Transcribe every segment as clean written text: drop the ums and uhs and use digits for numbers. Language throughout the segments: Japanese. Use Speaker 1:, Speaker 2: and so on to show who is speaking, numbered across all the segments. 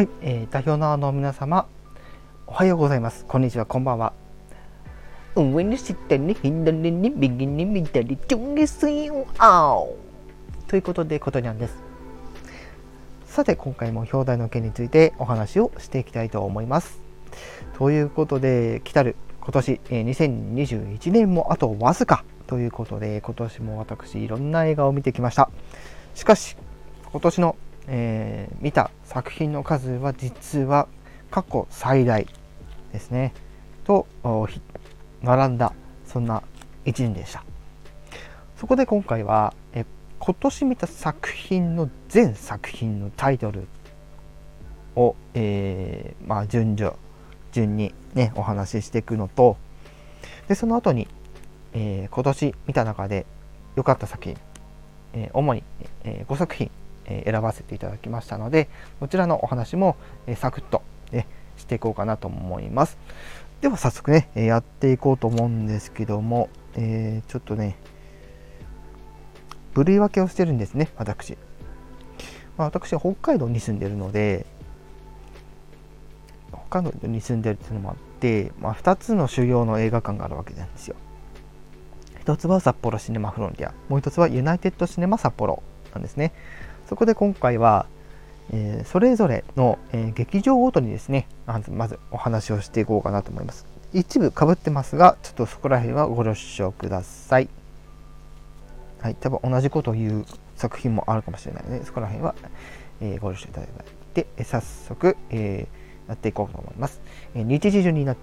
Speaker 1: はい、代表の皆様、おはようございます。こんにちは、こんばんは。上に下に左に右に左上下水を青ということで、ことにゃんです。さて、今回も表題の件についてお話をしていきたいと思います。ということで、来たる今年、2021年もあとわずかということで、今年も私いろんな映画を見てきました。しかし、今年の見た作品の数は実は過去最大ですねと並んだ、そんな一年でした。そこで今回は今年見た作品の全作品のタイトルを、順にねお話ししていくのと、でその後に、今年見た中で良かった作品、主に、5作品選ばせていただきましたので、こちらのお話もサクッとしていこうかなと思います。では早速ねやっていこうと思うんですけども、ちょっとね部類分けをしてるんですね、私。私は北海道に住んでるので、北海道に住んでるっていうのもあって、2つの主要の映画館があるわけなんですよ。一つは札幌シネマフロンティア、もう一つはユナイテッドシネマ札幌なんですね。そこで今回は、それぞれの、劇場ごとにですね、まずお話をしていこうかなと思います。一部被ってますが、ちょっとそこら辺はご了承ください。はい、多分同じことを言う作品もあるかもしれないので、そこら辺は、ご了承いただいて、早速、やっていこうと思います。日時順になって、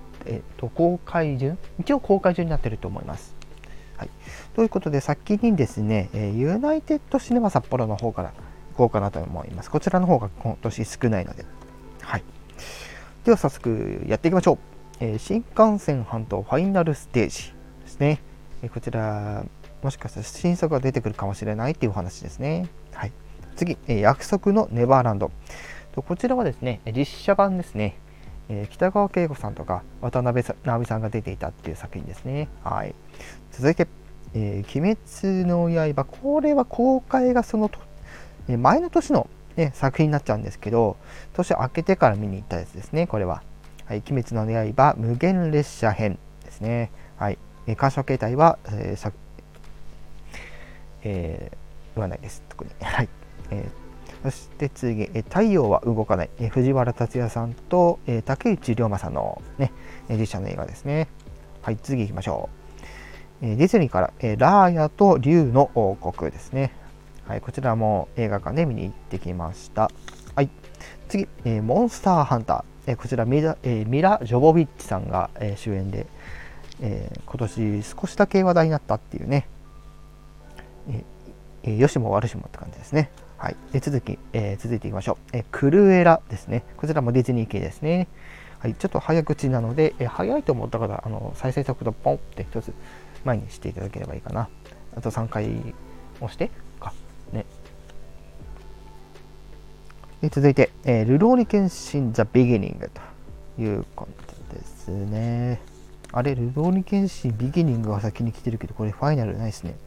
Speaker 1: 公開順、一応公開順になっていると思います。はい、ということで先にですね、ユナイテッドシネマ札幌の方からこうかなと思います。こちらの方が今年少ないので、はい、では早速やっていきましょう。新幹線半島ファイナルステージですね。こちらもしかしたら新作が出てくるかもしれないっていうお話ですね。はい、次、約束のネバーランド。こちらはですね実写版ですね。北川景子さんとか渡辺直美さんが出ていたっていう作品ですね。はい、続いて、鬼滅の刃。これは公開がその前の年の、作品になっちゃうんですけど、年明けてから見に行ったやつですね。これは、はい、鬼滅の刃無限列車編ですね。はい、鑑賞形態は、言わないです、特に。はい、そして次、太陽は動かない、藤原竜也さんと、竹内涼真さんの、ね、実写の映画ですね。はい、次行きましょう。ディズニーから、ラーヤと竜の王国ですね。はい、こちらも映画館で見に行ってきました。はい、次、モンスターハンター。こちらミラ・ジョボビッチさんが、主演で、今年少しだけ話題になったっていうね、よしも悪しもって感じですね。はい、続いていきましょう。クルエラですね。こちらもディズニー系ですね。はい、ちょっと早口なので、早いと思った方再生速度ポンって一つ前にしていただければいいかな。あと3回押してかね。続いて、ルローニケンシンザビギニングという感じですね。あれ、ルローニケンシンビギニングが先に来てるけど、これファイナルないですね。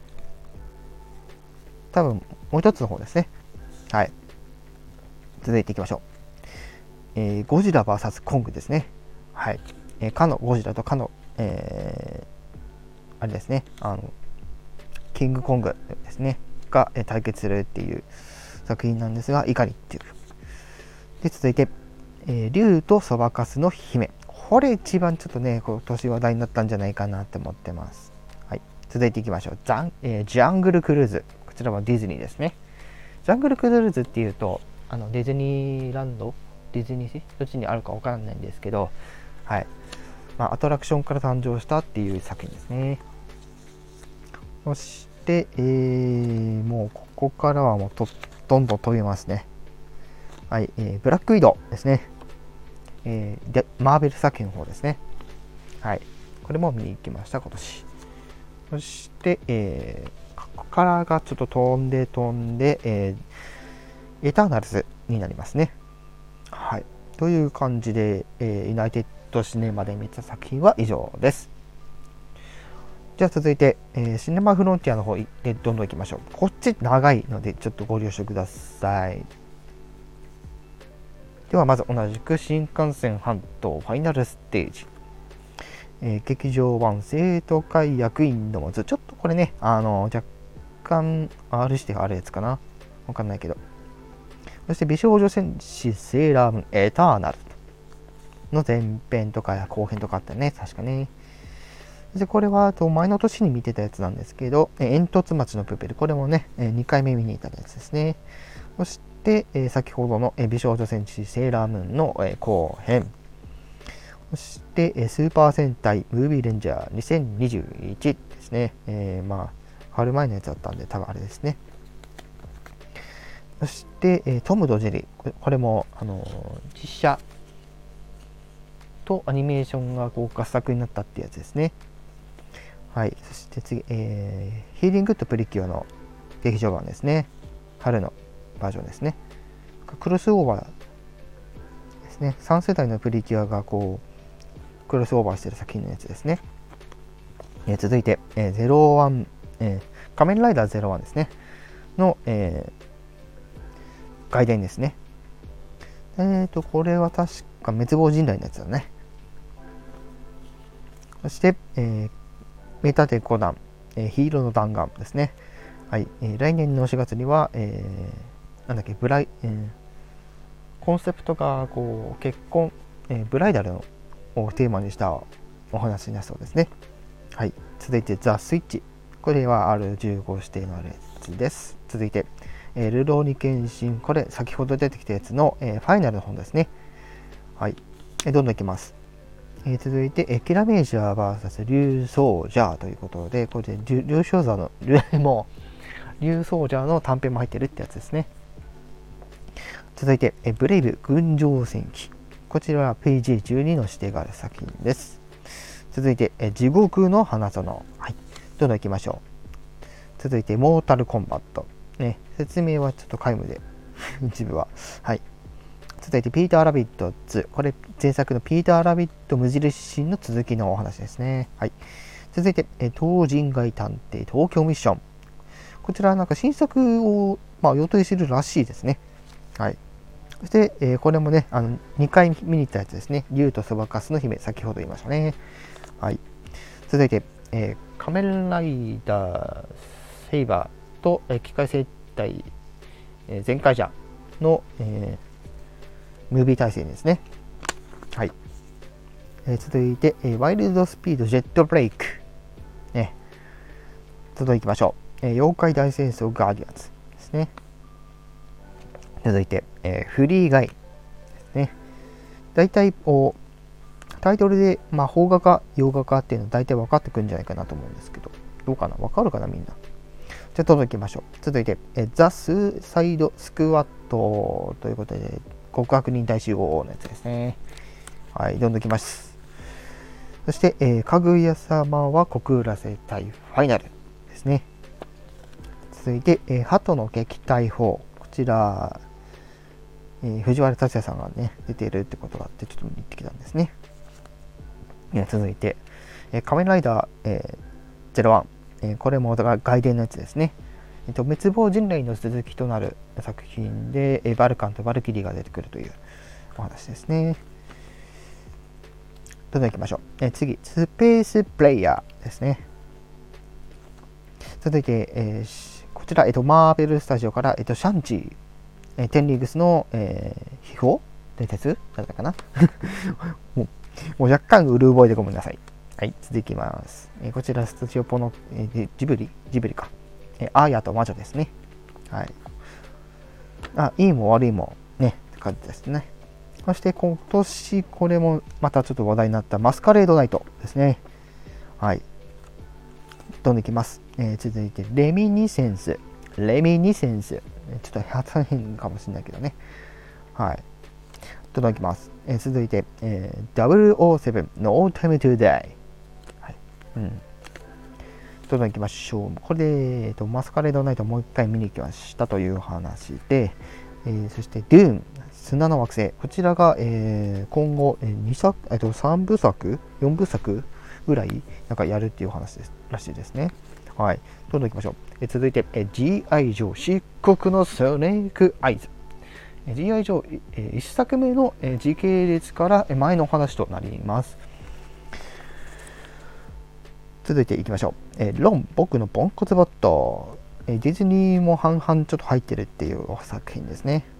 Speaker 1: 多分もう一つの方ですね。はい、続いていきましょう。ゴジラ VS コングですね。はい、かのゴジラとかの、あれですね、キングコングですねが、対決するっていう作品なんですが、怒りっていう。で続いて、竜とそばかすの姫。これ一番ちょっとね今年話題になったんじゃないかなって思ってます。はい、続いていきましょう。ジャングルクルーズ。こちらはディズニーですね。ジャングルクルーズっていうとディズニーランド、ディズニーシーどっちにあるかわからないんですけど、はい、アトラクションから誕生したっていう作品ですね。そして、もうここからはもうどんどん飛びますね。はい、ブラックウィドウですね。でマーベル作品の方ですね。はい、これも見に行きました今年。そして、ここからがちょっと飛んで、エターナルズになりますね。はい、という感じで、ユナイテッドシネマで見た作品は以上です。じゃあ続いて、シネマフロンティアの方でどんどん行きましょう。こっち長いのでちょっとご了承ください。 ではまず同じく新幹線半島ファイナルステージ、劇場版生徒会役員のもず、ちょっとこれね若干 R 指定あるやつかな、わかんないけど。そして美少女戦士セーラームーンエターナルの前編とか後編とかあったよね、確かね。でこれは前の年に見てたやつなんですけど、煙突町のプペル、これもね2回目見に行ったやつですね。そして先ほどの美少女戦士セーラームーンの後編、そしてスーパー戦隊ムービーレンジャー2021ですね。春前のやつだったんで多分あれですね。そしてトムとジェリー、これも実写とアニメーションが合作になったってやつですね。はい。そして次、ヒーリングとプリキュアの劇場版ですね。春のバージョンですね。クロスオーバーですね。3世代のプリキュアがクロスオーバーしてる作品のやつですね。続いて、01、仮面ライダー01ですね。の、外伝ですね。これは確か滅亡人雷のやつだね。そして、名探偵コナン、ヒーローの弾丸ですね。はい。来年の4月には、コンセプトが結婚、ブライダルをテーマにしたお話になりそうですね。はい。続いて、ザ・スイッチ。これは R15 指定のやつです。続いて、ルローニケンシン、これ先ほど出てきたやつの、ファイナルの本ですね。はい。どんどんいきます。続いて、キラメージャー VS 竜奏者ということで、これで竜奏者の竜奏者の短編も入ってるってやつですね。続いて、ブレイブ群青戦記。こちらは PG12 の指定がある作品です。続いて、地獄の花園。はい。どんどんいきましょう。続いて、モータルコンバット。ね、説明はちょっと皆無で、一部は。はい。続いて、ピーターラビット2。これ、前作のピーターラビット無印シーンの続きのお話ですね。はい。続いて、東人街探偵東京ミッション。こちら、なんか新作を、予定しているらしいですね。はい。そして、これもね、2回見に行ったやつですね。竜とそばかすの姫、先ほど言いましたね。はい。続いて、仮面ライダーセイバーと、機械生態、全開者の、ムービー対戦ですね。はい。続いて、ワイルドスピードジェットブレイク。ね。続いていきましょう。妖怪大戦争ガーディアンズですね。続いて、フリーガイですね。大体タイトルで魔法画か洋画かっていうの大体分かってくるんじゃないかなと思うんですけど、どうかな、分かるかなみんな。じゃあ届きましょう。続いて、ザ・スーサイド・スクワットということで、極悪人大集合のやつですね。はい、どんどんきます。そして、かぐや様は国浦生態ファイナルですね。続いて、鳩の撃退法。こちら、藤原竜也さんがね、出ているってことがあって、ちょっと見に行ってきたんですね。続いて、仮面ライダー、01、これも外伝のやつですね。滅亡人類の続きとなる作品で、バルカンとバルキリーが出てくるというお話ですね。どんどん行きましょう。次、スペースプレイヤーですね。続いて、こちら、マーベルスタジオから、シャンチー、テンリーグスの、秘宝伝説だったかなもう若干うる覚えでごめんなさい。はい、続きます。こちら、スタジオポの、ジブリか。アーヤと魔女ですね。はい。いいも悪いもね、って感じですね。そして今年、これもまたちょっと話題になったマスカレードナイトですね。はい。どんどんいきます。続いて、レミニセンス。ちょっと発音変かもしれないけどね。はい。どんどんいきます。続いて、007 No Time to Die。はい。どんどんいきましょう。これで、マスカレードナイトもう一回見に行きましたという話で、そして、Dune 砂の惑星。こちらが、今後、3部作 ?4 部作ぐらいなんかやるっていう話ですらしいですね。はい。どんどんいきましょう。続いて、G.I. ジョー漆黒のスネークアイズ。 GI 上、1作目の時系列から前のお話となります。続いていきましょう。ロン、僕のポンコツボット。ディズニーも半々ちょっと入ってるっていう作品ですね。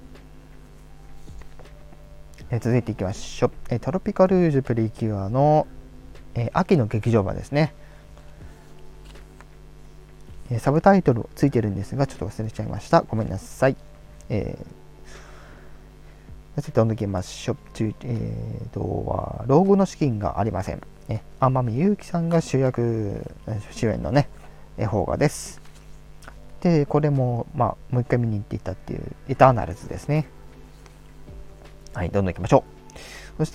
Speaker 1: 続いていきましょう。トロピカルージュプリキュアの、秋の劇場版ですね。サブタイトルついてるんですが、ちょっと忘れちゃいました。ごめんなさい。読んでいきましょう。老後の資金がありません。天海祐希さんが主演のね、邦画です。で、これも、もう一回見に行っていたっていう、エターナルズですね。はい、どんどん行きましょう。そして、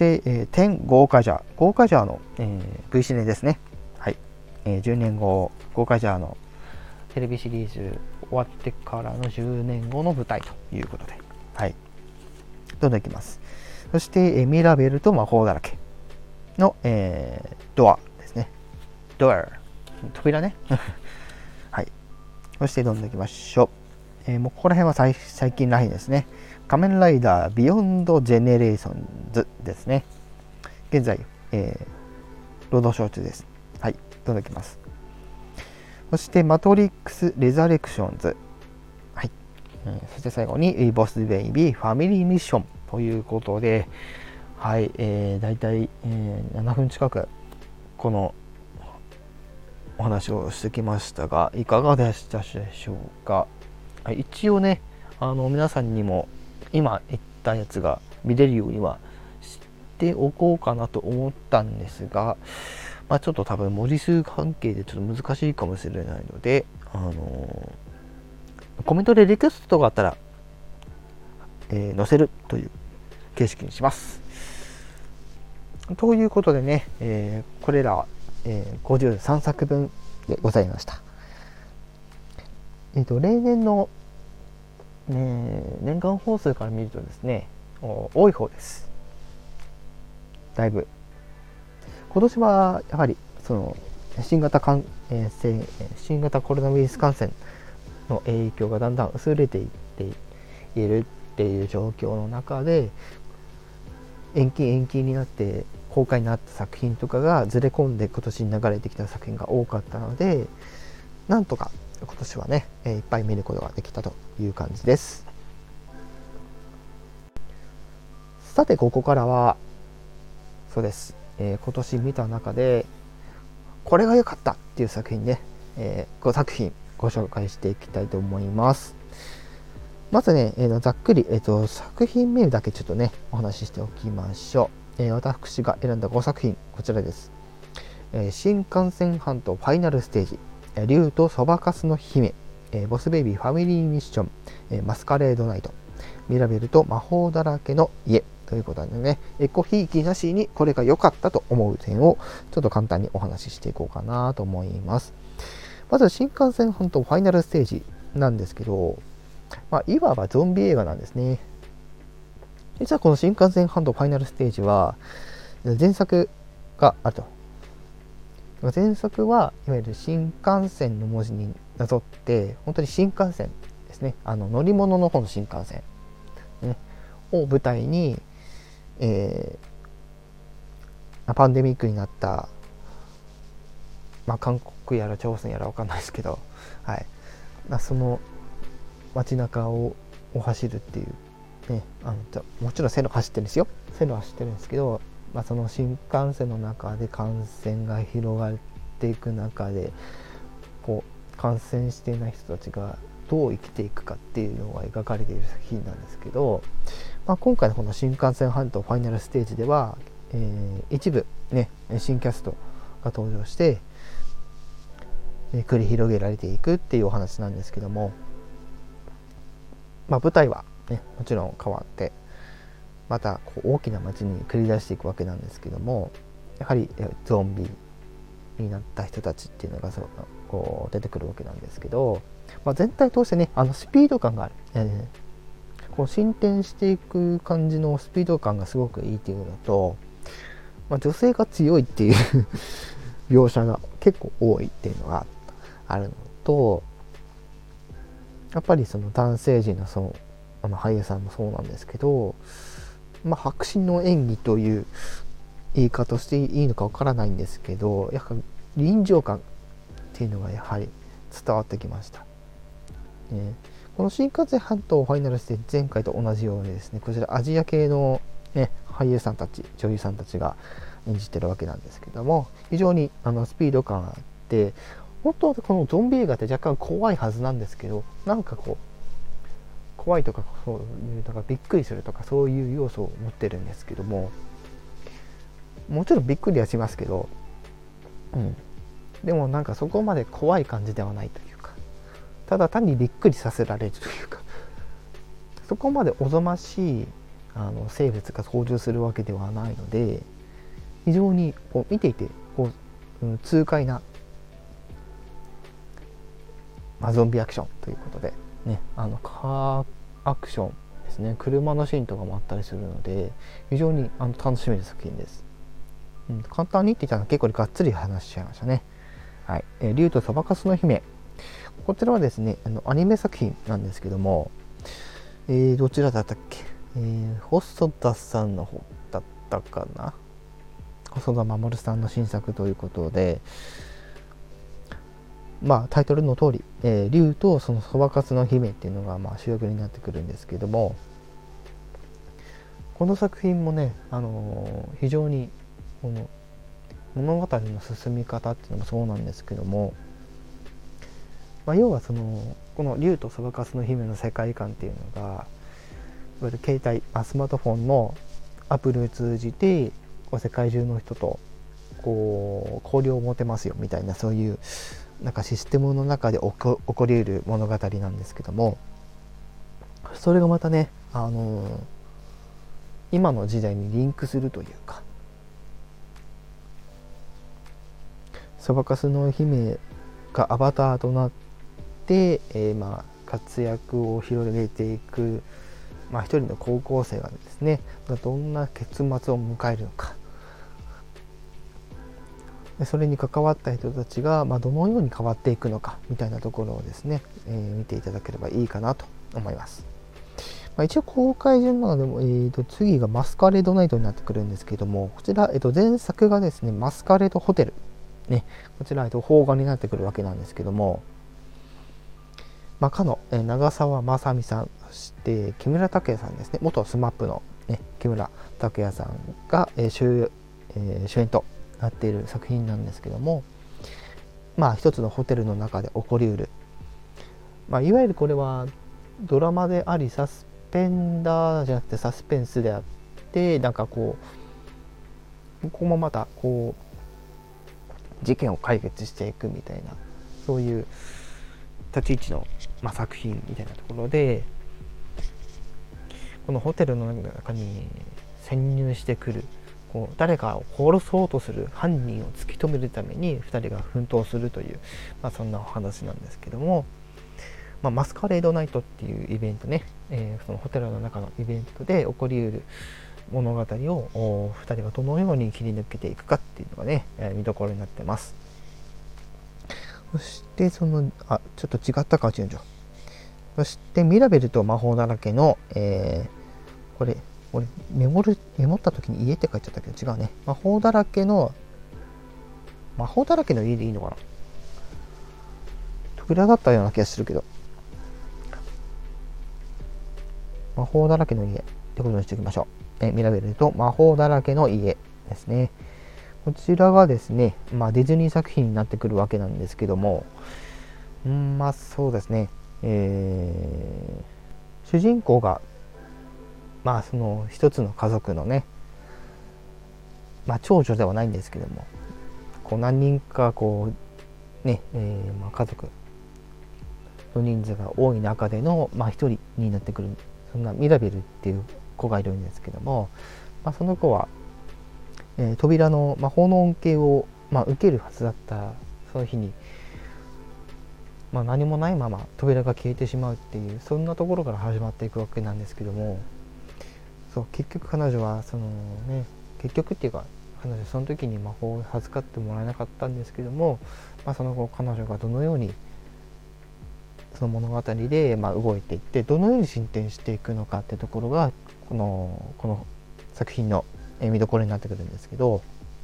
Speaker 1: 天豪華ジャーの、V シネですね。はい。10年後、豪華ジャーのテレビシリーズ終わってからの10年後の舞台ということで、はい。どんどんいきます。そして、ミラベルと魔法だらけの、ドアですね。ドア。扉ね。はい。そしてどんどんいきましょう。もうここら辺は最近らへんですね。仮面ライダービヨンドジェネレーションズですね。現在、労働省中です。はい。どんどんいきます。そしてマトリックスレザレクションズ。はい。そして最後にボスベイビーファミリーミッションということで、はい、だいたい7分近くこのお話をしてきましたが、いかがでしたでしょうか。一応ね、皆さんにも今言ったやつが見れるようにはしておこうかなと思ったんですが、ちょっと多分文字数関係でちょっと難しいかもしれないので、コメントでリクエストがあったら、載せるという形式にします。ということでね、これら、53作分でございました。例年の、年間放送から見るとですね、多い方です。だいぶ。今年はやはりその新型コロナウイルス感染の影響がだんだん薄れていっているっていう状況の中で、延期になって公開になった作品とかがずれ込んで今年に流れてきた作品が多かったので、なんとか今年はね、いっぱい見ることができたという感じです。さてここからはそうです、今年見た中でこれが良かったっていう作品ね、5作品ご紹介していきたいと思います。まずね、ざっくり、作品名だけちょっとねお話ししておきましょう。私が選んだ5作品こちらです。新幹線半島ファイナルステージ、竜とそばかすの姫、ボスベイビーファミリーミッション、マスカレードナイト、ミラベルと魔法だらけの家ということでね、コヒーキなしにこれが良かったと思う点をちょっと簡単にお話ししていこうかなと思います。まず新幹線半島ファイナルステージなんですけど、いわばゾンビ映画なんですね。実はこの新幹線半島ファイナルステージは前作があると。前作はいわゆる新幹線の文字になぞって本当に新幹線ですね、乗り物の方の新幹線、ね、を舞台に、パンデミックになった、韓国やら朝鮮やら分かんないですけど、はい、その街中を走るっていう、ね、もちろん線路走ってるんですよ。線路走ってるんですけど、その新幹線の中で感染が広がっていく中でこう感染していない人たちがどう生きていくかっていうのが描かれている作品なんですけど、今回のこの新幹線半島ファイナルステージでは、一部ね新キャストが登場して、繰り広げられていくっていうお話なんですけども、舞台はねもちろん変わってまたこう大きな街に繰り出していくわけなんですけども、やはりゾンビになった人たちっていうのがこう出てくるわけなんですけど、全体通してねスピード感がある、こう進展していく感じのスピード感がすごくいいっていうのと、女性が強いっていう描写が結構多いっていうのがあるのと、やっぱりその男性陣の俳優さんもそうなんですけど、迫真の演技という言い方をしていいのかわからないんですけど、やはり臨場感っていうのがやはり伝わってきました。この新風半島ファイナルステージ、前回と同じようにですね、こちらアジア系の、俳優さんたち、女優さんたちが演じてるわけなんですけども、非常にスピード感があって、本当はこのゾンビ映画って若干怖いはずなんですけど、なんかこう怖いとかそういうなんかびっくりするとかそういう要素を持ってるんですけども、もちろんびっくりはしますけど、でもなんかそこまで怖い感じではないというか、ただ単にびっくりさせられるというか、そこまでおぞましい生物が登場するわけではないので、非常にこう見ていて痛快な、ゾンビアクションということでね、カーアクションですね、車のシーンとかもあったりするので、非常に楽しめる作品です。簡単にって言ったら結構がっつり話しちゃいましたね。はい、竜とそばかすの姫、こちらはですねアニメ作品なんですけども、どちらだったっけ、細田さんの方だったかな、細田守さんの新作ということで、タイトルの通り、竜とそのそばかすの姫っていうのが主役になってくるんですけども、この作品もね、非常にこの物語の進み方っていうのもそうなんですけども、要はこの竜とそばかすの姫の世界観っていうのが、いわゆる携帯、スマートフォンのアプリを通じて世界中の人と交流を持てますよみたいな、そういうなんかシステムの中で起こり得る物語なんですけども、それがまたね、今の時代にリンクするというか、そばかすの姫がアバターとなって、活躍を広げていく、一人の高校生がですね、どんな結末を迎えるのか、それに関わった人たちが、どのように変わっていくのかみたいなところをですね、見ていただければいいかなと思います。一応公開順なので、次がマスカレードナイトになってくるんですけども、こちら、前作がですねマスカレードホテル、こちら、邦画になってくるわけなんですけども、かの、長澤まさみさん、そして木村拓哉さんですね、元 SMAP の、木村拓哉さんが、主演となっている作品なんですけども、一つのホテルの中で起こりうる、いわゆるこれはドラマでありサスペンダーじゃなくてサスペンスであって、なんかここもまた事件を解決していくみたいな、そういう立ち位置の、作品みたいなところで、このホテルの中に潜入してくる誰かを殺そうとする犯人を突き止めるために2人が奮闘するという、そんなお話なんですけども、マスカレードナイトっていうイベントね、そのホテルの中のイベントで起こりうる物語を2人がどのように切り抜けていくかっていうのがね、見どころになってます。そしてちょっと違ったかもしれない。そしてミラベルと魔法だらけの、これ俺メモった時に家って書いちゃったけど違うね。魔法だらけの家でいいのかな、扉だったような気がするけど、魔法だらけの家ってことにしておきましょう。ミラベルと魔法だらけの家ですね。こちらがですね、ディズニー作品になってくるわけなんですけども、そうですね、主人公がその一つの家族のね、長女ではないんですけども、何人か家族の人数が多い中での一人になってくる、そんなミラベルっていう子がいるんですけども、その子は、扉の魔法の恩恵を、受けるはずだったその日に、何もないまま扉が消えてしまうっていう、そんなところから始まっていくわけなんですけども、結局彼女は結局っていうか彼女その時に魔法を授かってもらえなかったんですけども、その後彼女がどのようにその物語で動いていって、どのように進展していくのかってところがこの作品の見どころになってくるんですけど、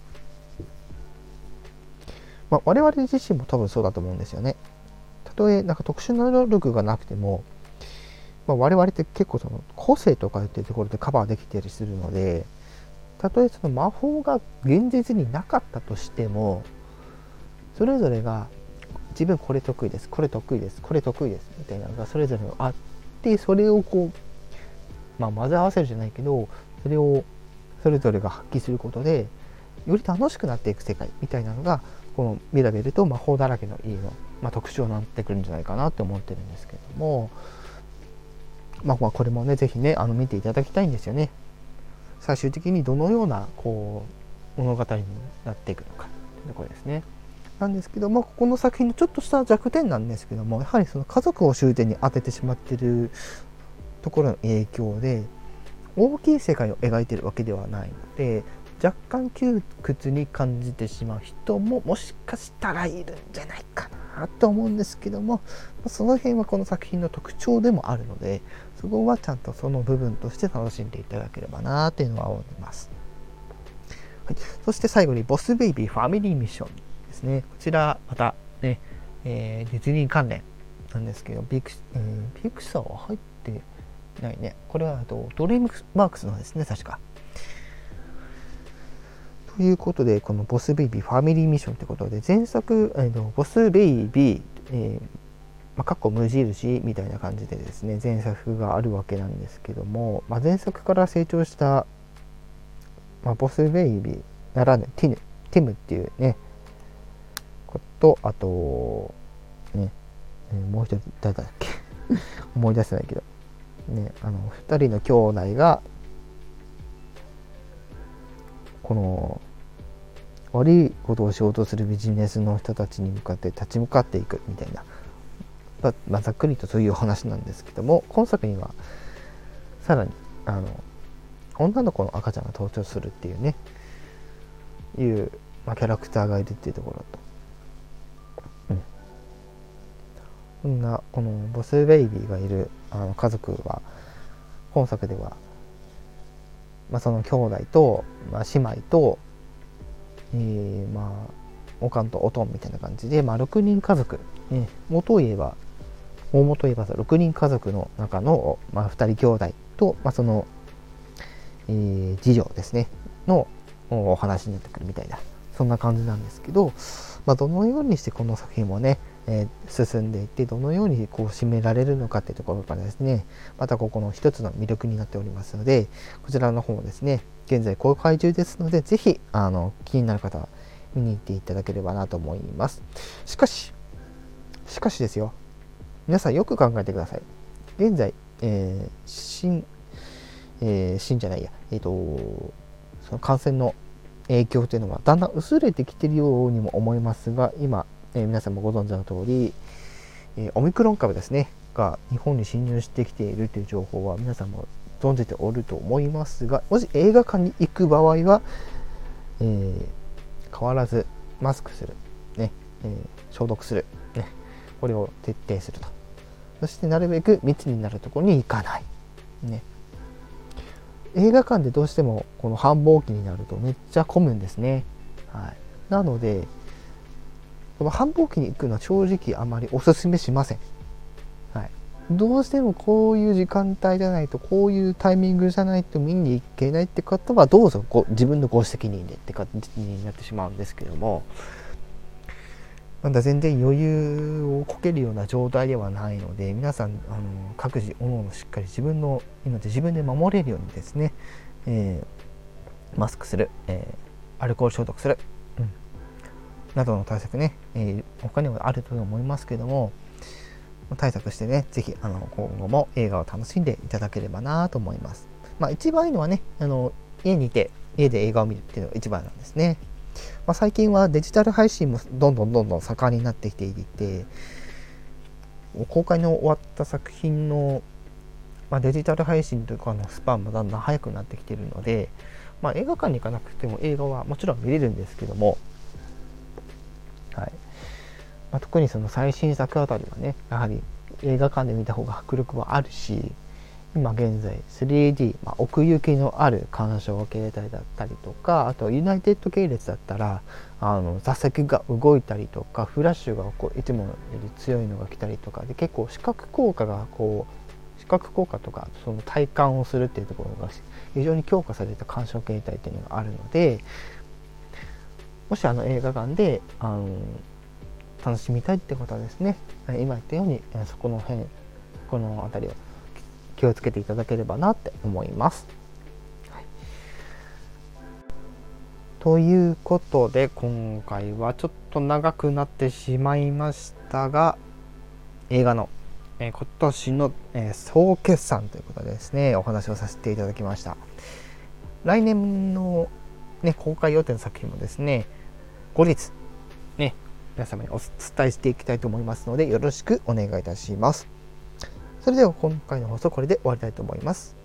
Speaker 1: 我々自身も多分そうだと思うんですよね。たとえ特殊な能力がなくても、我々って結構その個性とかっていうところでカバーできたりするので、たとえその魔法が現実になかったとしても、それぞれが自分これ得意です、これ得意です、これ得意ですみたいなのがそれぞれあって、それを混ぜ合わせるじゃないけど、それをそれぞれが発揮することでより楽しくなっていく世界みたいなのが、このミラベルと魔法だらけの家の、特徴になってくるんじゃないかなって思ってるんですけども、これもねぜひね見ていただきたいんですよね。最終的にどのような物語になっていくのかというところですね。なんですけども、ここの作品のちょっとした弱点なんですけども、やはりその家族を終点に当ててしまっているところの影響で、大きい世界を描いているわけではないので、若干窮屈に感じてしまう人ももしかしたらいるんじゃないかなと思うんですけども、その辺はこの作品の特徴でもあるので、そこはちゃんとその部分として楽しんでいただければなというのは思います。はい、そして最後にボスベイビーファミリーミッションですね。こちらまたね、ディズニー関連なんですけど、ピクサーは入ってないね。これはドリームワークスのですね、確か。ということで、このボスベイビーファミリーミッションということで、前作、ボスベイビー、かっこ無印みたいな感じでですね、前作があるわけなんですけども、前作から成長した、ボスベイビーならぬティムっていうね、こと、あと、ね、もう一人誰だっけ思い出せないけど、ね、2人の兄弟が、この悪いことをしようとするビジネスの人たちに向かって立ち向かっていくみたいな、ざっくりとそういうお話なんですけども、今作にはさらに女の子の赤ちゃんが登場するっていうね、キャラクターがいるっていうところと、そんなこのボスベイビーがいる家族は今作では、その兄弟と、姉妹と、おかんとおとんみたいな感じで、6人家族、大元言えば6人家族の中の、2人兄弟と、その、次女ですねのお話になってくるみたいな、そんな感じなんですけど、どのようにしてこの作品もね、進んでいって、どのように締められるのかっていうところからですね、またここの一つの魅力になっておりますので、こちらの方もですね現在公開中ですので、ぜひ気になる方は見に行っていただければなと思います。しかしですよ、皆さんよく考えてください。現在、その感染の影響というのはだんだん薄れてきているようにも思いますが、今、皆さんもご存知の通り、オミクロン株ですねが日本に侵入してきているという情報は皆さんも存じておると思いますが、もし映画館に行く場合は、変わらずマスクする、消毒する、これを徹底すると。そしてなるべく密になるところに行かない、映画館でどうしてもこの繁忙期になるとめっちゃ混むんですね。なのでこの繁忙期に行くのは正直あまりおすすめしません。どうしてもこういう時間帯じゃないと、こういうタイミングじゃないと見に行けないって方はどうぞ自分のご責任でって感じになってしまうんですけども、まだ全然余裕をこけるような状態ではないので、皆さん各自おのおのしっかり自分の命自分で守れるようにですね、マスクする、アルコール消毒する、などの対策ね、他にもあると思いますけども、対策してね、ぜひ今後も映画を楽しんでいただければなと思います。一番いいのはね、家にいて家で映画を見るっていうのが一番なんですね。最近はデジタル配信もどんどん盛んになってきていて、公開の終わった作品の、デジタル配信とかのスパンもだんだん早くなってきているので、映画館に行かなくても映画はもちろん見れるんですけども、特にその最新作あたりはね、やはり映画館で見た方が迫力はあるし、今現在 3D、奥行きのある鑑賞形態だったりとか、あとユナイテッド系列だったら座席が動いたりとか、フラッシュがいつもより強いのが来たりとかで、結構視覚効果とかその体感をするっていうところが非常に強化された鑑賞形態っていうのがあるので、もし映画館で楽しみたいってことはですね、今言ったようにこの辺りを気をつけていただければなって思います。はい、ということで今回はちょっと長くなってしまいましたが、映画の今年の総決算ということでですね、お話をさせていただきました。来年の、公開予定の作品もですね、後日皆様にお伝えしていきたいと思いますので、よろしくお願いいたします。それでは今回の放送これで終わりたいと思います。